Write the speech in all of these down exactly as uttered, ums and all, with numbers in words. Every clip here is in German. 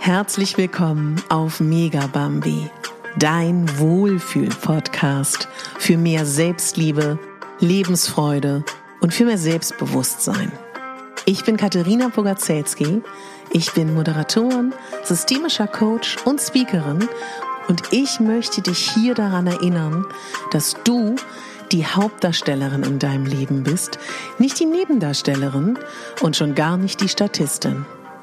Herzlich willkommen auf Megabambi, dein Wohlfühl-Podcast für mehr Selbstliebe, Lebensfreude und für mehr Selbstbewusstsein. Ich bin Katharina Bogaczewski, ich bin Moderatorin, systemischer Coach und Speakerin und ich möchte dich hier daran erinnern, dass du die Hauptdarstellerin in deinem Leben bist, nicht die Nebendarstellerin und schon gar nicht die Statistin.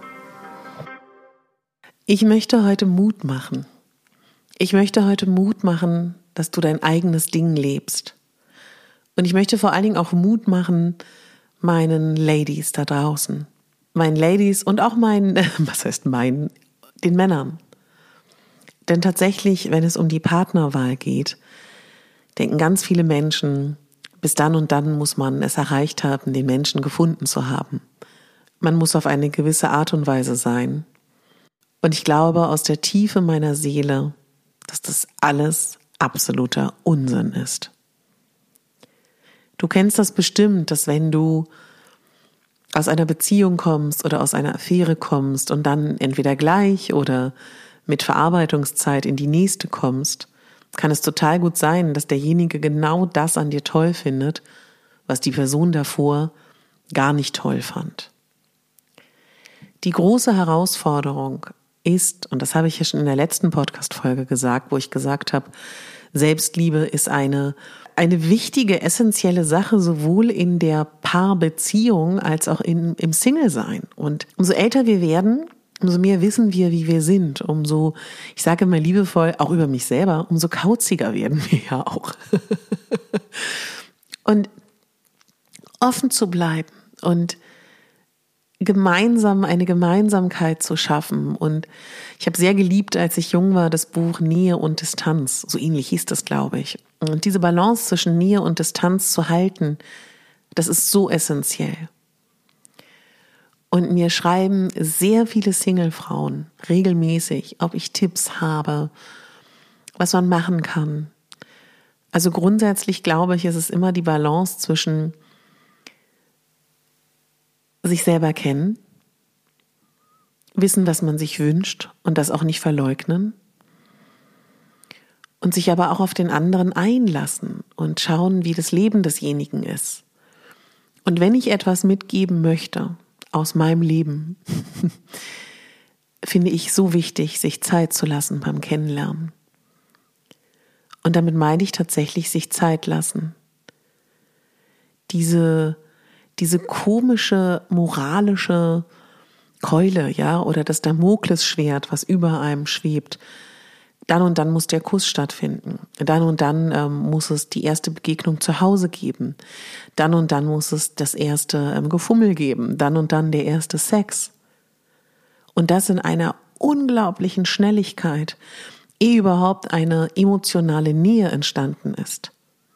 Ich möchte heute Mut machen. Ich möchte heute Mut machen, dass du dein eigenes Ding lebst. Und ich möchte vor allen Dingen auch Mut machen meinen Ladies da draußen. Meinen Ladies und auch meinen, was heißt meinen, den Männern. Denn tatsächlich, wenn es um die Partnerwahl geht, denken ganz viele Menschen, bis dann und dann muss man es erreicht haben, den Menschen gefunden zu haben. Man muss auf eine gewisse Art und Weise sein. Und ich glaube aus der Tiefe meiner Seele, dass das alles absoluter Unsinn ist. Du kennst das bestimmt, dass wenn du aus einer Beziehung kommst oder aus einer Affäre kommst und dann entweder gleich oder mit Verarbeitungszeit in die nächste kommst, kann es total gut sein, dass derjenige genau das an dir toll findet, was die Person davor gar nicht toll fand. Die große Herausforderung ist, und das habe ich ja schon in der letzten Podcast-Folge gesagt, wo ich gesagt habe, Selbstliebe ist eine, eine wichtige, essentielle Sache, sowohl in der Paarbeziehung als auch in, im Single-Sein. Und umso älter wir werden, umso mehr wissen wir, wie wir sind. Umso, ich sage immer liebevoll, auch über mich selber, umso kauziger werden wir ja auch. Und offen zu bleiben und gemeinsam eine Gemeinsamkeit zu schaffen. Und ich habe sehr geliebt, als ich jung war, das Buch Nähe und Distanz. So ähnlich hieß das, glaube ich. Und diese Balance zwischen Nähe und Distanz zu halten, das ist so essentiell. Und mir schreiben sehr viele Singlefrauen regelmäßig, ob ich Tipps habe, was man machen kann. Also grundsätzlich glaube ich, ist es immer die Balance zwischen sich selber kennen, wissen, was man sich wünscht und das auch nicht verleugnen und sich aber auch auf den anderen einlassen und schauen, wie das Leben desjenigen ist. Und wenn ich etwas mitgeben möchte aus meinem Leben, finde ich so wichtig, sich Zeit zu lassen beim Kennenlernen. Und damit meine ich tatsächlich sich Zeit lassen. Diese Diese komische moralische Keule, ja, oder das Damoklesschwert, was über einem schwebt. Dann und dann muss der Kuss stattfinden. Dann und dann ähm, muss es die erste Begegnung zu Hause geben. Dann und dann muss es das erste ähm, Gefummel geben. Dann und dann der erste Sex. Und das in einer unglaublichen Schnelligkeit, ehe überhaupt eine emotionale Nähe entstanden ist.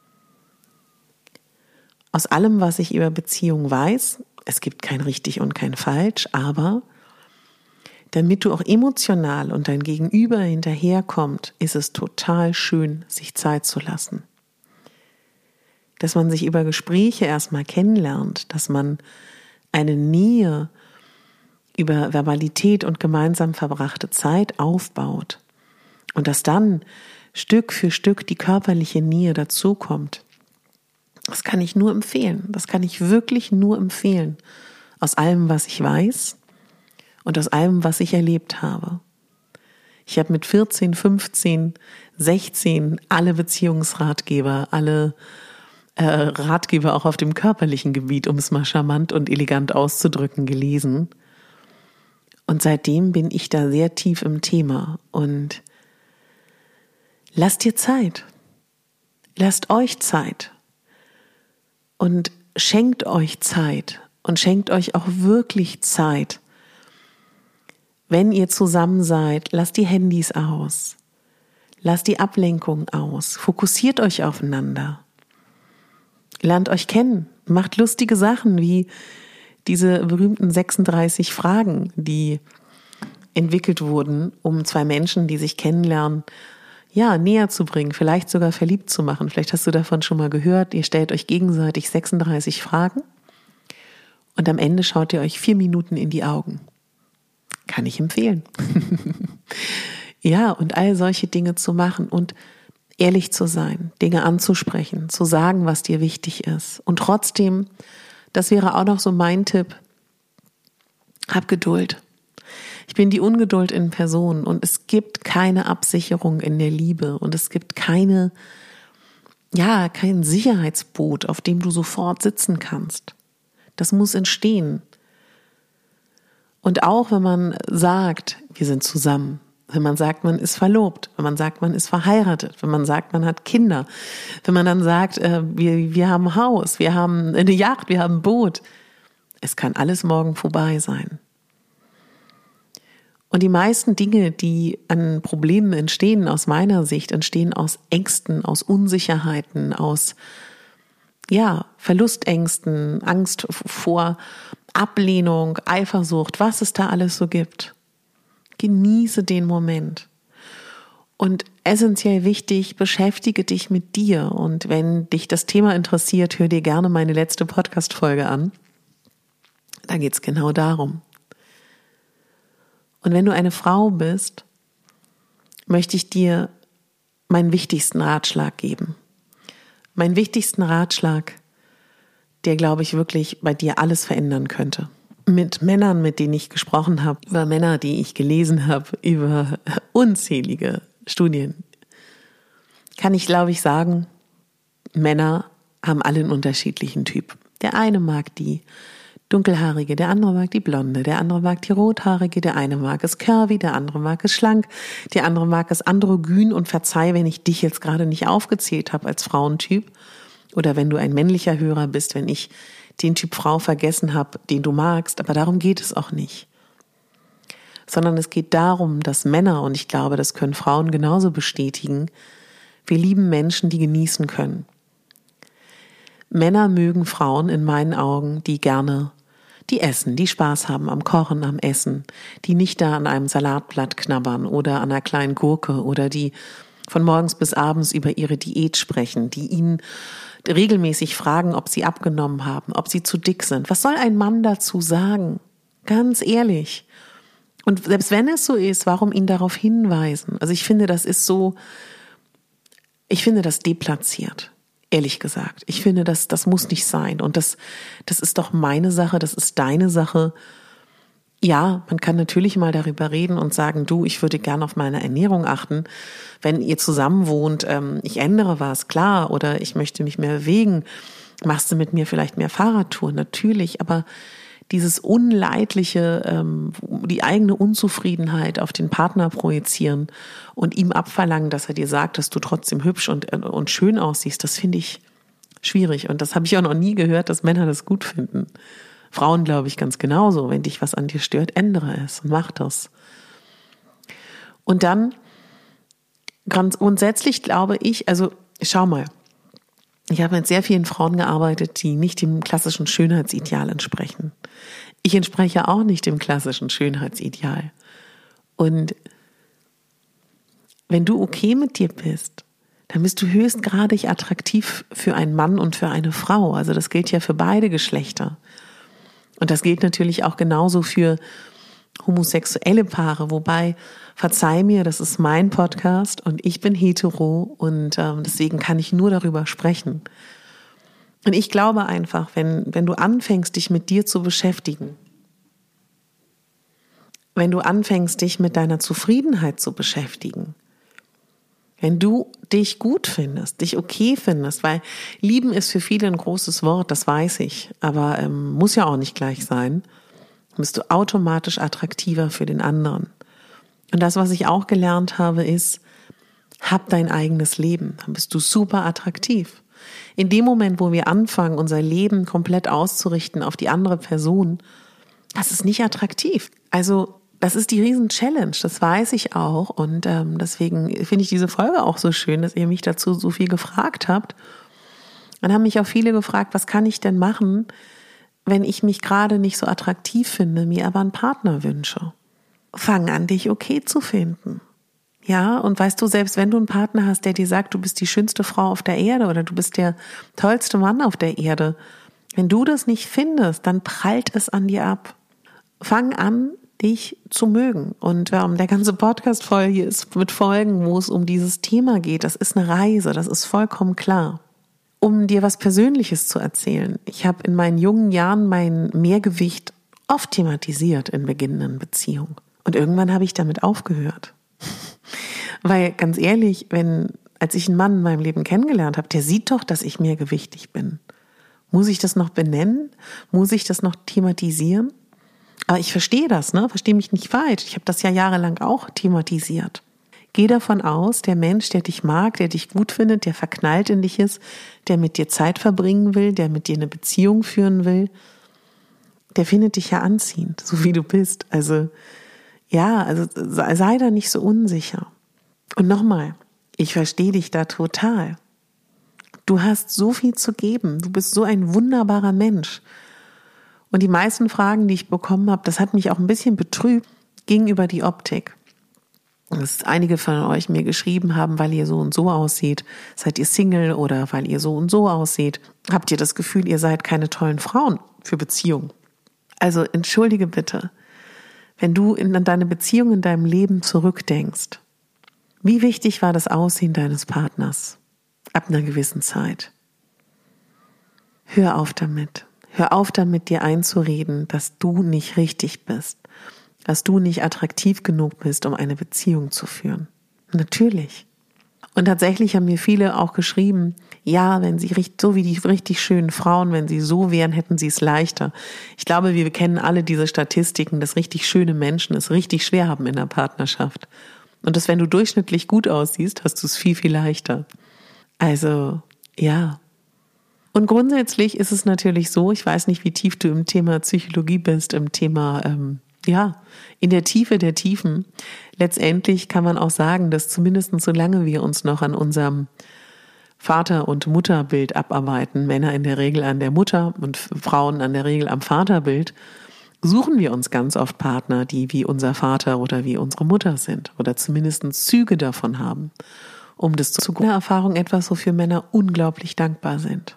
Aus allem, was ich über Beziehung weiß, es gibt kein richtig und kein falsch, aber damit du auch emotional und dein Gegenüber hinterherkommt, ist es total schön, sich Zeit zu lassen. Dass man sich über Gespräche erstmal kennenlernt, dass man eine Nähe über Verbalität und gemeinsam verbrachte Zeit aufbaut und dass dann Stück für Stück die körperliche Nähe dazukommt. Das kann ich nur empfehlen. Das kann ich wirklich nur empfehlen. Aus allem, was ich weiß und aus allem, was ich erlebt habe. Ich habe mit vierzehn, fünfzehn, sechzehn alle Beziehungsratgeber, alle äh, Ratgeber auch auf dem körperlichen Gebiet, um es mal charmant und elegant auszudrücken, gelesen. Und seitdem bin ich da sehr tief im Thema. Und lasst dir Zeit. Lasst euch Zeit. Und schenkt euch Zeit und schenkt euch auch wirklich Zeit. Wenn ihr zusammen seid, lasst die Handys aus. Lasst die Ablenkung aus. Fokussiert euch aufeinander. Lernt euch kennen. Macht lustige Sachen wie diese berühmten sechsunddreißig Fragen, die entwickelt wurden, um zwei Menschen, die sich kennenlernen, ja, näher zu bringen, vielleicht sogar verliebt zu machen. Vielleicht hast du davon schon mal gehört. Ihr stellt euch gegenseitig sechsunddreißig Fragen und am Ende schaut ihr euch vier Minuten in die Augen. Kann ich empfehlen. Ja, und all solche Dinge zu machen und ehrlich zu sein, Dinge anzusprechen, zu sagen, was dir wichtig ist. Und trotzdem, das wäre auch noch so mein Tipp, hab Geduld. Ich bin die Ungeduld in Person und es gibt keine Absicherung in der Liebe und es gibt keine, ja, kein Sicherheitsboot, auf dem du sofort sitzen kannst. Das muss entstehen. Und auch wenn man sagt, wir sind zusammen, wenn man sagt, man ist verlobt, wenn man sagt, man ist verheiratet, wenn man sagt, man hat Kinder, wenn man dann sagt, äh, wir, wir haben ein Haus, wir haben eine Yacht, wir haben ein Boot. Es kann alles morgen vorbei sein. Und die meisten Dinge, die an Problemen entstehen, aus meiner Sicht, entstehen aus Ängsten, aus Unsicherheiten, aus ja, Verlustängsten, Angst vor Ablehnung, Eifersucht, was es da alles so gibt. Genieße den Moment. Und essentiell wichtig, beschäftige dich mit dir. Und wenn dich das Thema interessiert, hör dir gerne meine letzte Podcast-Folge an. Da geht es genau darum. Und wenn du eine Frau bist, möchte ich dir meinen wichtigsten Ratschlag geben. Meinen wichtigsten Ratschlag, der, glaube ich, wirklich bei dir alles verändern könnte. Mit Männern, mit denen ich gesprochen habe, über Männer, die ich gelesen habe, über unzählige Studien, kann ich, glaube ich, sagen, Männer haben alle einen unterschiedlichen Typ. Der eine mag die Dunkelhaarige, der andere mag die Blonde, der andere mag die Rothaarige, der eine mag es curvy, der andere mag es schlank, der andere mag es androgyn und verzeih, wenn ich dich jetzt gerade nicht aufgezählt habe als Frauentyp oder wenn du ein männlicher Hörer bist, wenn ich den Typ Frau vergessen habe, den du magst, aber darum geht es auch nicht. Sondern es geht darum, dass Männer, und ich glaube, das können Frauen genauso bestätigen, wir lieben Menschen, die genießen können. Männer mögen Frauen in meinen Augen, die gerne, die essen, die Spaß haben am Kochen, am Essen, die nicht da an einem Salatblatt knabbern oder an einer kleinen Gurke oder die von morgens bis abends über ihre Diät sprechen, die ihnen regelmäßig fragen, ob sie abgenommen haben, ob sie zu dick sind. Was soll ein Mann dazu sagen? Ganz ehrlich. Und selbst wenn es so ist, warum ihn darauf hinweisen? Also ich finde, das ist so, ich finde das deplatziert. Ehrlich gesagt. Ich finde, das, das muss nicht sein. Und das, das ist doch meine Sache, das ist deine Sache. Ja, man kann natürlich mal darüber reden und sagen, du, ich würde gerne auf meine Ernährung achten. Wenn ihr zusammen wohnt, ähm, ich ändere was, klar, oder ich möchte mich mehr bewegen, machst du mit mir vielleicht mehr Fahrradtouren, natürlich, aber dieses unleidliche, ähm, die eigene Unzufriedenheit auf den Partner projizieren und ihm abverlangen, dass er dir sagt, dass du trotzdem hübsch und, und schön aussiehst, das finde ich schwierig. Und das habe ich auch noch nie gehört, dass Männer das gut finden. Frauen, glaube ich, ganz genauso. Wenn dich was an dir stört, ändere es und mach das. Und dann, ganz grundsätzlich glaube ich, also schau mal, ich habe mit sehr vielen Frauen gearbeitet, die nicht dem klassischen Schönheitsideal entsprechen. Ich entspreche auch nicht dem klassischen Schönheitsideal. Und wenn du okay mit dir bist, dann bist du höchstgradig attraktiv für einen Mann und für eine Frau. Also das gilt ja für beide Geschlechter. Und das gilt natürlich auch genauso für homosexuelle Paare, wobei, verzeih mir, das ist mein Podcast und ich bin hetero und ähm, deswegen kann ich nur darüber sprechen. Und ich glaube einfach, wenn, wenn du anfängst, dich mit dir zu beschäftigen, wenn du anfängst, dich mit deiner Zufriedenheit zu beschäftigen, wenn du dich gut findest, dich okay findest, weil lieben ist für viele ein großes Wort, das weiß ich, aber ähm, muss ja auch nicht gleich sein, bist du automatisch attraktiver für den anderen. Und das, was ich auch gelernt habe, ist, hab dein eigenes Leben, dann bist du super attraktiv. In dem Moment, wo wir anfangen, unser Leben komplett auszurichten auf die andere Person, das ist nicht attraktiv. Also das ist die Riesen-Challenge, das weiß ich auch. Und ähm, deswegen finde ich diese Folge auch so schön, dass ihr mich dazu so viel gefragt habt. Dann haben mich auch viele gefragt, was kann ich denn machen, wenn ich mich gerade nicht so attraktiv finde, mir aber einen Partner wünsche. Fang an, dich okay zu finden. Ja, und weißt du, selbst wenn du einen Partner hast, der dir sagt, du bist die schönste Frau auf der Erde oder du bist der tollste Mann auf der Erde, wenn du das nicht findest, dann prallt es an dir ab. Fang an, dich zu mögen. Und ähm, der ganze Podcast-Folge hier ist mit Folgen, wo es um dieses Thema geht. Das ist eine Reise, das ist vollkommen klar. Um dir was Persönliches zu erzählen. Ich habe in meinen jungen Jahren mein Mehrgewicht oft thematisiert in beginnenden Beziehungen. Und irgendwann habe ich damit aufgehört. Weil ganz ehrlich, wenn, als ich einen Mann in meinem Leben kennengelernt habe, der sieht doch, dass ich mehrgewichtig bin. Muss ich das noch benennen? Muss ich das noch thematisieren? Aber ich verstehe das, ne? Verstehe mich nicht falsch. Ich habe das ja jahrelang auch thematisiert. Geh davon aus, der Mensch, der dich mag, der dich gut findet, der verknallt in dich ist, der mit dir Zeit verbringen will, der mit dir eine Beziehung führen will, der findet dich ja anziehend, so wie du bist. Also ja, also sei da nicht so unsicher. Und nochmal, ich verstehe dich da total. Du hast so viel zu geben. Du bist so ein wunderbarer Mensch. Und die meisten Fragen, die ich bekommen habe, das hat mich auch ein bisschen betrübt, ging über die Optik. Dass einige von euch mir geschrieben haben, weil ihr so und so aussieht, seid ihr Single oder weil ihr so und so aussieht, habt ihr das Gefühl, ihr seid keine tollen Frauen für Beziehungen. Also entschuldige bitte, wenn du in, an deine Beziehung in deinem Leben zurückdenkst, wie wichtig war das Aussehen deines Partners ab einer gewissen Zeit? Hör auf damit. Hör auf damit, dir einzureden, dass du nicht richtig bist. Dass du nicht attraktiv genug bist, um eine Beziehung zu führen. Natürlich. Und tatsächlich haben mir viele auch geschrieben, ja, wenn sie so wie die richtig schönen Frauen, wenn sie so wären, hätten sie es leichter. Ich glaube, wir kennen alle diese Statistiken, dass richtig schöne Menschen es richtig schwer haben in der Partnerschaft. Und dass wenn du durchschnittlich gut aussiehst, hast du es viel, viel leichter. Also, ja. Und grundsätzlich ist es natürlich so, ich weiß nicht, wie tief du im Thema Psychologie bist, im Thema ähm, Ja, in der Tiefe der Tiefen. Letztendlich kann man auch sagen, dass zumindest solange wir uns noch an unserem Vater- und Mutterbild abarbeiten, Männer in der Regel an der Mutter und Frauen an der Regel am Vaterbild, suchen wir uns ganz oft Partner, die wie unser Vater oder wie unsere Mutter sind oder zumindest Züge davon haben, um das zu einer Erfahrung etwas, wofür Männer unglaublich dankbar sind.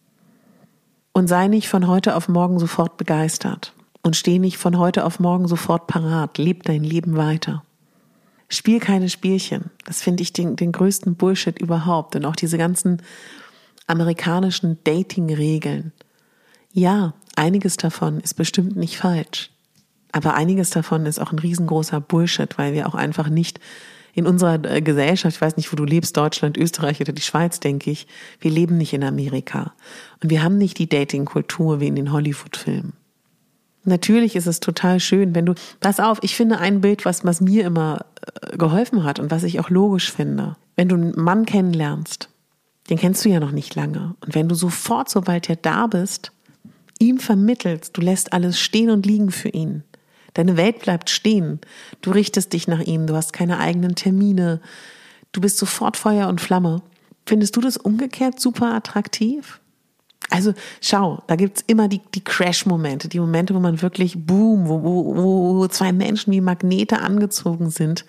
Und sei nicht von heute auf morgen sofort begeistert. Und steh nicht von heute auf morgen sofort parat. Leb dein Leben weiter. Spiel keine Spielchen. Das finde ich den, den größten Bullshit überhaupt. Und auch diese ganzen amerikanischen Dating-Regeln. Ja, einiges davon ist bestimmt nicht falsch. Aber einiges davon ist auch ein riesengroßer Bullshit, weil wir auch einfach nicht in unserer Gesellschaft, ich weiß nicht, wo du lebst, Deutschland, Österreich oder die Schweiz, denke ich, wir leben nicht in Amerika. Und wir haben nicht die Dating-Kultur wie in den Hollywood-Filmen. Natürlich ist es total schön, wenn du, pass auf, ich finde ein Bild, was, was mir immer geholfen hat und was ich auch logisch finde. Wenn du einen Mann kennenlernst, den kennst du ja noch nicht lange. Und wenn du sofort, sobald er da bist, ihm vermittelst, du lässt alles stehen und liegen für ihn. Deine Welt bleibt stehen. Du richtest dich nach ihm, du hast keine eigenen Termine. Du bist sofort Feuer und Flamme. Findest du das umgekehrt super attraktiv? Also schau, da gibt's immer die, die Crash-Momente, die Momente, wo man wirklich boom, wo, wo, wo zwei Menschen wie Magnete angezogen sind,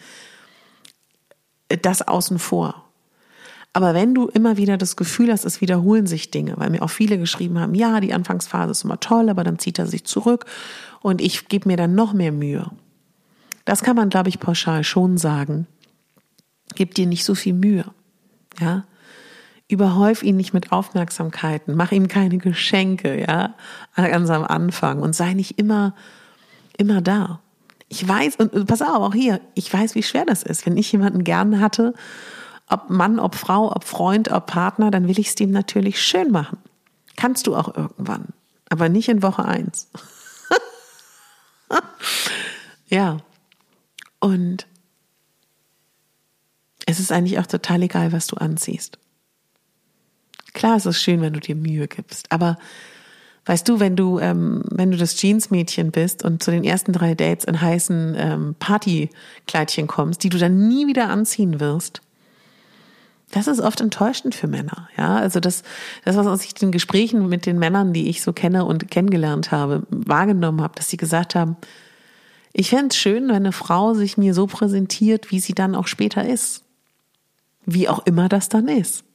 das außen vor. Aber wenn du immer wieder das Gefühl hast, es wiederholen sich Dinge, weil mir auch viele geschrieben haben, ja, die Anfangsphase ist immer toll, aber dann zieht er sich zurück und ich gebe mir dann noch mehr Mühe. Das kann man, glaube ich, pauschal schon sagen. Gib dir nicht so viel Mühe, ja. Überhäuf ihn nicht mit Aufmerksamkeiten, mach ihm keine Geschenke, ja, ganz am Anfang und sei nicht immer, immer da. Ich weiß, und pass auf, auch hier, ich weiß, wie schwer das ist. Wenn ich jemanden gern hatte, ob Mann, ob Frau, ob Freund, ob Partner, dann will ich es dem natürlich schön machen. Kannst du auch irgendwann, aber nicht in Woche eins. Ja, und es ist eigentlich auch total egal, was du anziehst. Klar, es ist schön, wenn du dir Mühe gibst, aber weißt du, wenn du ähm, wenn du das Jeansmädchen bist und zu den ersten drei Dates in heißen ähm, Partykleidchen kommst, die du dann nie wieder anziehen wirst, das ist oft enttäuschend für Männer. Ja, also das, das was ich in den Gesprächen mit den Männern, die ich so kenne und kennengelernt habe, wahrgenommen habe, dass sie gesagt haben, ich fände es schön, wenn eine Frau sich mir so präsentiert, wie sie dann auch später ist. Wie auch immer das dann ist.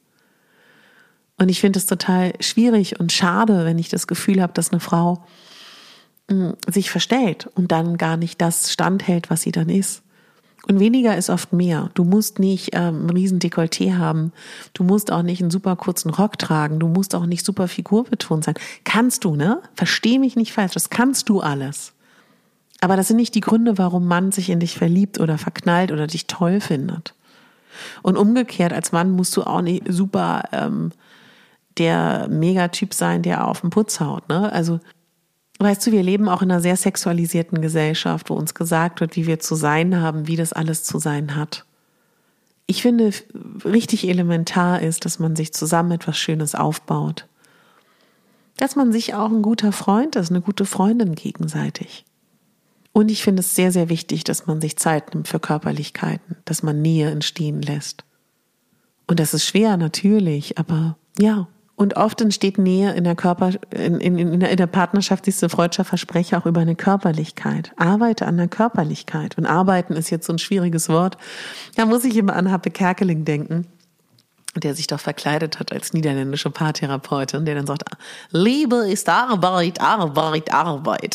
Und ich finde es total schwierig und schade, wenn ich das Gefühl habe, dass eine Frau sich verstellt und dann gar nicht das standhält, was sie dann ist. Und weniger ist oft mehr. Du musst nicht ähm, ein riesen Dekolleté haben. Du musst auch nicht einen super kurzen Rock tragen. Du musst auch nicht super figurbetont sein. Kannst du, ne? Versteh mich nicht falsch. Das kannst du alles. Aber das sind nicht die Gründe, warum man sich in dich verliebt oder verknallt oder dich toll findet. Und umgekehrt, als Mann musst du auch nicht super ähm, der Megatyp sein, der auf den Putz haut, ne? Also, weißt du, wir leben auch in einer sehr sexualisierten Gesellschaft, wo uns gesagt wird, wie wir zu sein haben, wie das alles zu sein hat. Ich finde, richtig elementar ist, dass man sich zusammen etwas Schönes aufbaut. Dass man sich auch ein guter Freund ist, eine gute Freundin gegenseitig. Und ich finde es sehr, sehr wichtig, dass man sich Zeit nimmt für Körperlichkeiten, dass man Nähe entstehen lässt. Und das ist schwer, natürlich, aber ja. Und oft entsteht Nähe in der Körper, in, in, in der Partnerschaft, siehst du, freudscher Versprecher auch über eine Körperlichkeit. Arbeite an der Körperlichkeit. Und arbeiten ist jetzt so ein schwieriges Wort. Da muss ich immer an Happe Kerkeling denken, der sich doch verkleidet hat als niederländische Paartherapeutin, der dann sagt, Liebe ist Arbeit, Arbeit, Arbeit.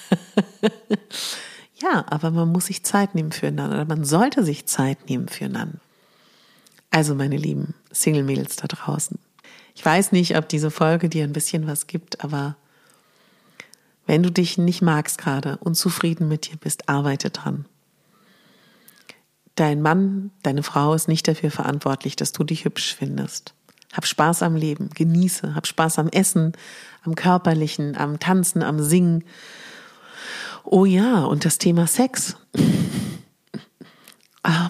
Ja, aber man muss sich Zeit nehmen füreinander. Oder man sollte sich Zeit nehmen füreinander. Also meine lieben Single-Mädels da draußen. Ich weiß nicht, ob diese Folge dir ein bisschen was gibt, aber wenn du dich nicht magst gerade, unzufrieden mit dir bist, arbeite dran. Dein Mann, deine Frau ist nicht dafür verantwortlich, dass du dich hübsch findest. Hab Spaß am Leben, genieße, hab Spaß am Essen, am Körperlichen, am Tanzen, am Singen. Oh ja, und das Thema Sex. ah.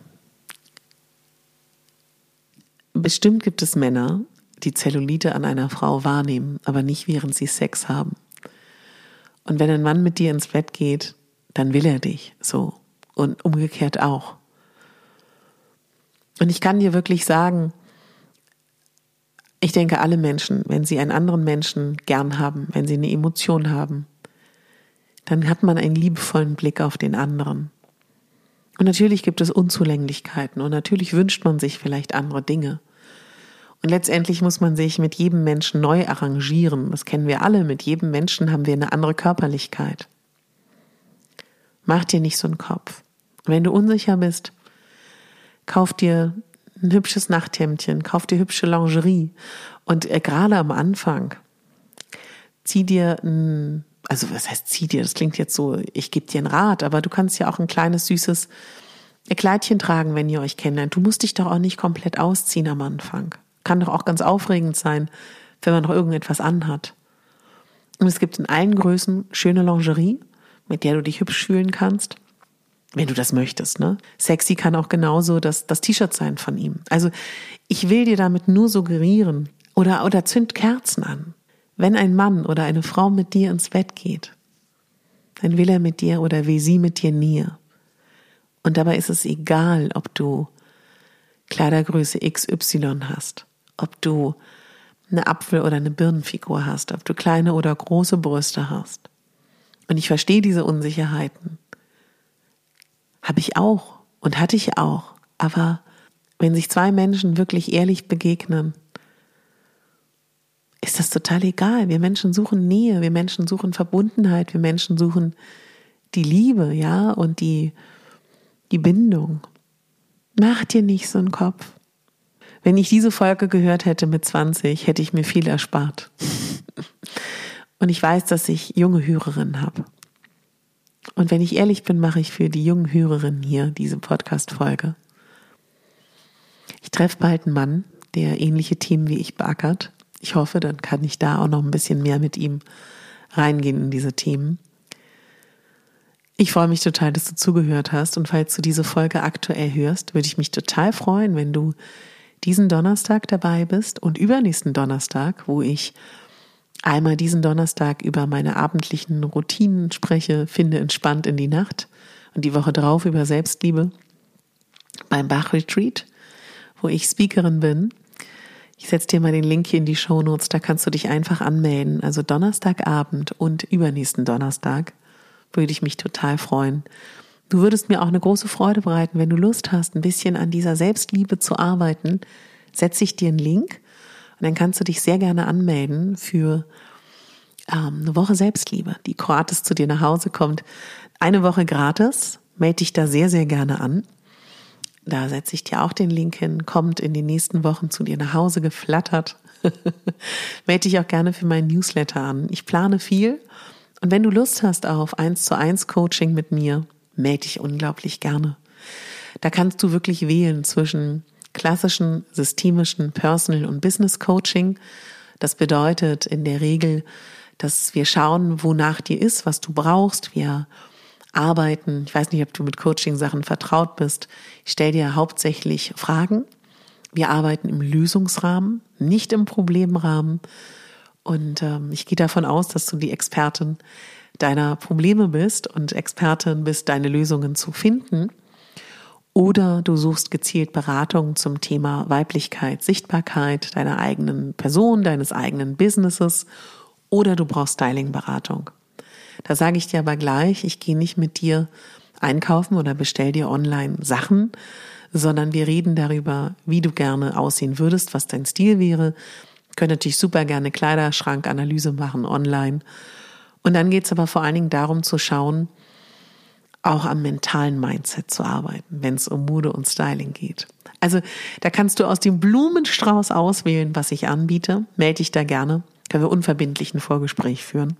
Bestimmt gibt es Männer, die Zellulite an einer Frau wahrnehmen, aber nicht während sie Sex haben. Und wenn ein Mann mit dir ins Bett geht, dann will er dich so und umgekehrt auch. Und ich kann dir wirklich sagen, ich denke, alle Menschen, wenn sie einen anderen Menschen gern haben, wenn sie eine Emotion haben, dann hat man einen liebevollen Blick auf den anderen. Und natürlich gibt es Unzulänglichkeiten und natürlich wünscht man sich vielleicht andere Dinge. Und letztendlich muss man sich mit jedem Menschen neu arrangieren. Das kennen wir alle. Mit jedem Menschen haben wir eine andere Körperlichkeit. Mach dir nicht so einen Kopf. Wenn du unsicher bist, kauf dir ein hübsches Nachthemdchen, kauf dir hübsche Lingerie. Und äh, gerade am Anfang, zieh dir ein, also was heißt zieh dir, das klingt jetzt so, ich gebe dir einen Rat, aber du kannst ja auch ein kleines, süßes Kleidchen tragen, wenn ihr euch kennenlernt. Du musst dich doch auch nicht komplett ausziehen am Anfang. Kann doch auch ganz aufregend sein, wenn man noch irgendetwas anhat. Und es gibt in allen Größen schöne Lingerie, mit der du dich hübsch fühlen kannst, wenn du das möchtest, ne? Sexy kann auch genauso das, das T-Shirt sein von ihm. Also ich will dir damit nur suggerieren oder, oder zünd Kerzen an. Wenn ein Mann oder eine Frau mit dir ins Bett geht, dann will er mit dir oder will sie mit dir Nähe. Und dabei ist es egal, ob du Kleidergröße X Y hast, ob du eine Apfel- oder eine Birnenfigur hast, ob du kleine oder große Brüste hast. Und ich verstehe diese Unsicherheiten. Habe ich auch und hatte ich auch. Aber wenn sich zwei Menschen wirklich ehrlich begegnen, ist das total egal. Wir Menschen suchen Nähe, wir Menschen suchen Verbundenheit, wir Menschen suchen die Liebe, ja, und die, die Bindung. Mach dir nicht so einen Kopf. Wenn ich diese Folge gehört hätte mit zwanzig, hätte ich mir viel erspart. Und ich weiß, dass ich junge Hörerinnen habe. Und wenn ich ehrlich bin, mache ich für die jungen Hörerinnen hier diese Podcast-Folge. Ich treffe bald einen Mann, der ähnliche Themen wie ich beackert. Ich hoffe, dann kann ich da auch noch ein bisschen mehr mit ihm reingehen in diese Themen. Ich freue mich total, dass du zugehört hast. Und falls du diese Folge aktuell hörst, würde ich mich total freuen, wenn du diesen Donnerstag dabei bist und übernächsten Donnerstag, wo ich einmal diesen Donnerstag über meine abendlichen Routinen spreche, finde entspannt in die Nacht, und die Woche drauf über Selbstliebe beim Bach-Retreat, wo ich Speakerin bin. Ich setze dir mal den Link hier in die Shownotes, da kannst du dich einfach anmelden. Also Donnerstagabend und übernächsten Donnerstag würde ich mich total freuen. Du würdest mir auch eine große Freude bereiten, wenn du Lust hast, ein bisschen an dieser Selbstliebe zu arbeiten. Setze ich dir einen Link und dann kannst du dich sehr gerne anmelden für ähm, eine Woche Selbstliebe, die gratis zu dir nach Hause kommt. Eine Woche gratis, melde dich da sehr, sehr gerne an. Da setze ich dir auch den Link hin, kommt in den nächsten Wochen zu dir nach Hause geflattert. Melde dich auch gerne für meinen Newsletter an. Ich plane viel und wenn du Lust hast auf eins zu eins Coaching mit mir, melde dich unglaublich gerne. Da kannst du wirklich wählen zwischen klassischen, systemischen Personal- und Business-Coaching. Das bedeutet in der Regel, dass wir schauen, wonach dir ist, was du brauchst. Wir arbeiten, ich weiß nicht, ob du mit Coaching-Sachen vertraut bist. Ich stelle dir hauptsächlich Fragen. Wir arbeiten im Lösungsrahmen, nicht im Problemrahmen. Und ähm, ich gehe davon aus, dass du die Expertin deiner Probleme bist und Expertin bist, deine Lösungen zu finden. Oder du suchst gezielt Beratung zum Thema Weiblichkeit, Sichtbarkeit deiner eigenen Person, deines eigenen Businesses. Oder du brauchst Styling-Beratung. Da sage ich dir aber gleich, ich gehe nicht mit dir einkaufen oder bestell dir online Sachen, sondern wir reden darüber, wie du gerne aussehen würdest, was dein Stil wäre. Wir können natürlich super gerne Kleiderschrankanalyse machen online. Und dann geht es aber vor allen Dingen darum zu schauen, auch am mentalen Mindset zu arbeiten, wenn es um Mode und Styling geht. Also da kannst du aus dem Blumenstrauß auswählen, was ich anbiete. Melde dich da gerne, können wir unverbindlich ein Vorgespräch führen.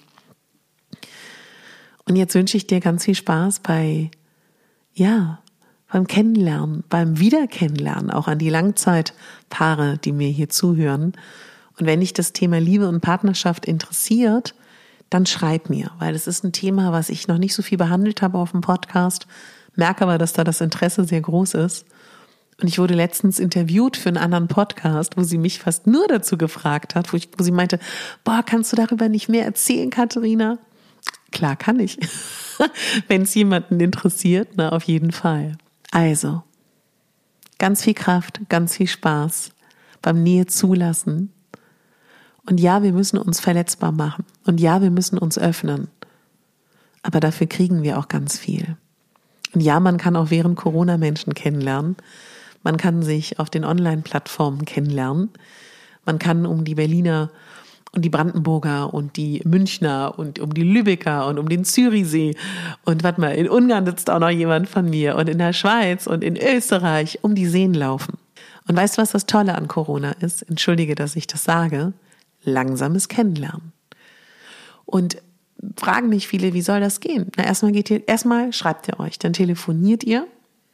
Und jetzt wünsche ich dir ganz viel Spaß bei, ja, beim Kennenlernen, beim Wiederkennenlernen, auch an die Langzeitpaare, die mir hier zuhören. Und wenn dich das Thema Liebe und Partnerschaft interessiert, dann schreib mir, weil das ist ein Thema, was ich noch nicht so viel behandelt habe auf dem Podcast, merke aber, dass da das Interesse sehr groß ist. Und ich wurde letztens interviewt für einen anderen Podcast, wo sie mich fast nur dazu gefragt hat, wo, ich, wo sie meinte, boah, kannst du darüber nicht mehr erzählen, Katharina? Klar kann ich, wenn es jemanden interessiert, na auf jeden Fall. Also, ganz viel Kraft, ganz viel Spaß beim Nähe zulassen. Und ja, wir müssen uns verletzbar machen. Und ja, wir müssen uns öffnen. Aber dafür kriegen wir auch ganz viel. Und ja, man kann auch während Corona Menschen kennenlernen. Man kann sich auf den Online-Plattformen kennenlernen. Man kann um die Berliner und die Brandenburger und die Münchner und um die Lübecker und um den Zürichsee. Und warte mal, in Ungarn sitzt auch noch jemand von mir und in der Schweiz und in Österreich um die Seen laufen. Und weißt du, was das Tolle an Corona ist? Entschuldige, dass ich das sage. Langsames Kennenlernen. Und fragen mich viele, wie soll das gehen? Na, erstmal geht ihr, erstmal schreibt ihr euch, dann telefoniert ihr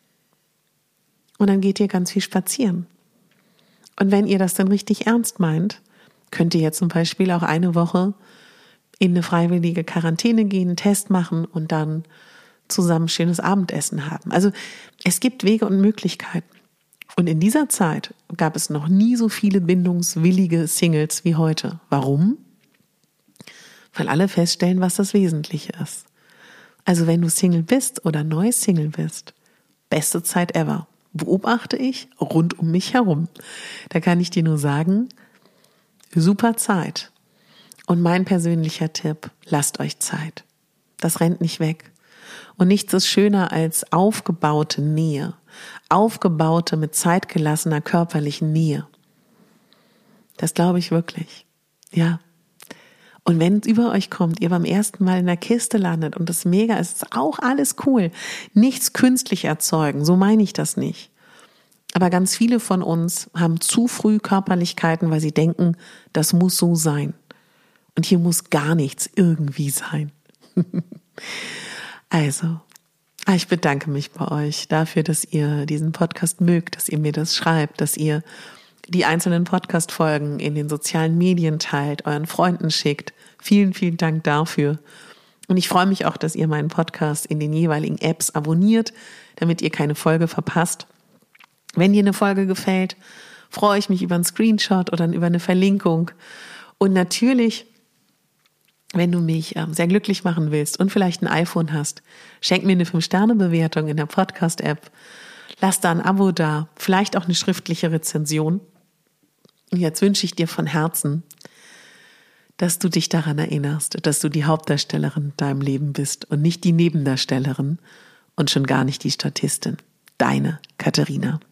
und dann geht ihr ganz viel spazieren. Und wenn ihr das dann richtig ernst meint, könnt ihr jetzt zum Beispiel auch eine Woche in eine freiwillige Quarantäne gehen, einen Test machen und dann zusammen schönes Abendessen haben. Also es gibt Wege und Möglichkeiten. Und in dieser Zeit gab es noch nie so viele bindungswillige Singles wie heute. Warum? Weil alle feststellen, was das Wesentliche ist. Also wenn du Single bist oder neu Single bist, beste Zeit ever. Beobachte ich rund um mich herum. Da kann ich dir nur sagen, super Zeit. Und mein persönlicher Tipp, lasst euch Zeit. Das rennt nicht weg. Und nichts ist schöner als aufgebaute Nähe. Aufgebaute mit zeitgelassener körperlichen Nähe. Das glaube ich wirklich. Ja. Und wenn es über euch kommt, ihr beim ersten Mal in der Kiste landet und das mega ist, ist auch alles cool. Nichts künstlich erzeugen, so meine ich das nicht. Aber ganz viele von uns haben zu früh Körperlichkeiten, weil sie denken, das muss so sein. Und hier muss gar nichts irgendwie sein. Also, ich bedanke mich bei euch dafür, dass ihr diesen Podcast mögt, dass ihr mir das schreibt, dass ihr die einzelnen Podcast-Folgen in den sozialen Medien teilt, euren Freunden schickt. Vielen, vielen Dank dafür. Und ich freue mich auch, dass ihr meinen Podcast in den jeweiligen Apps abonniert, damit ihr keine Folge verpasst. Wenn dir eine Folge gefällt, freue ich mich über einen Screenshot oder über eine Verlinkung. Und natürlich, wenn du mich sehr glücklich machen willst und vielleicht ein iPhone hast, schenk mir eine fünf Sterne Bewertung in der Podcast-App. Lass da ein Abo da, vielleicht auch eine schriftliche Rezension. Und jetzt wünsche ich dir von Herzen, dass du dich daran erinnerst, dass du die Hauptdarstellerin in deinem Leben bist und nicht die Nebendarstellerin und schon gar nicht die Statistin. Deine Katharina.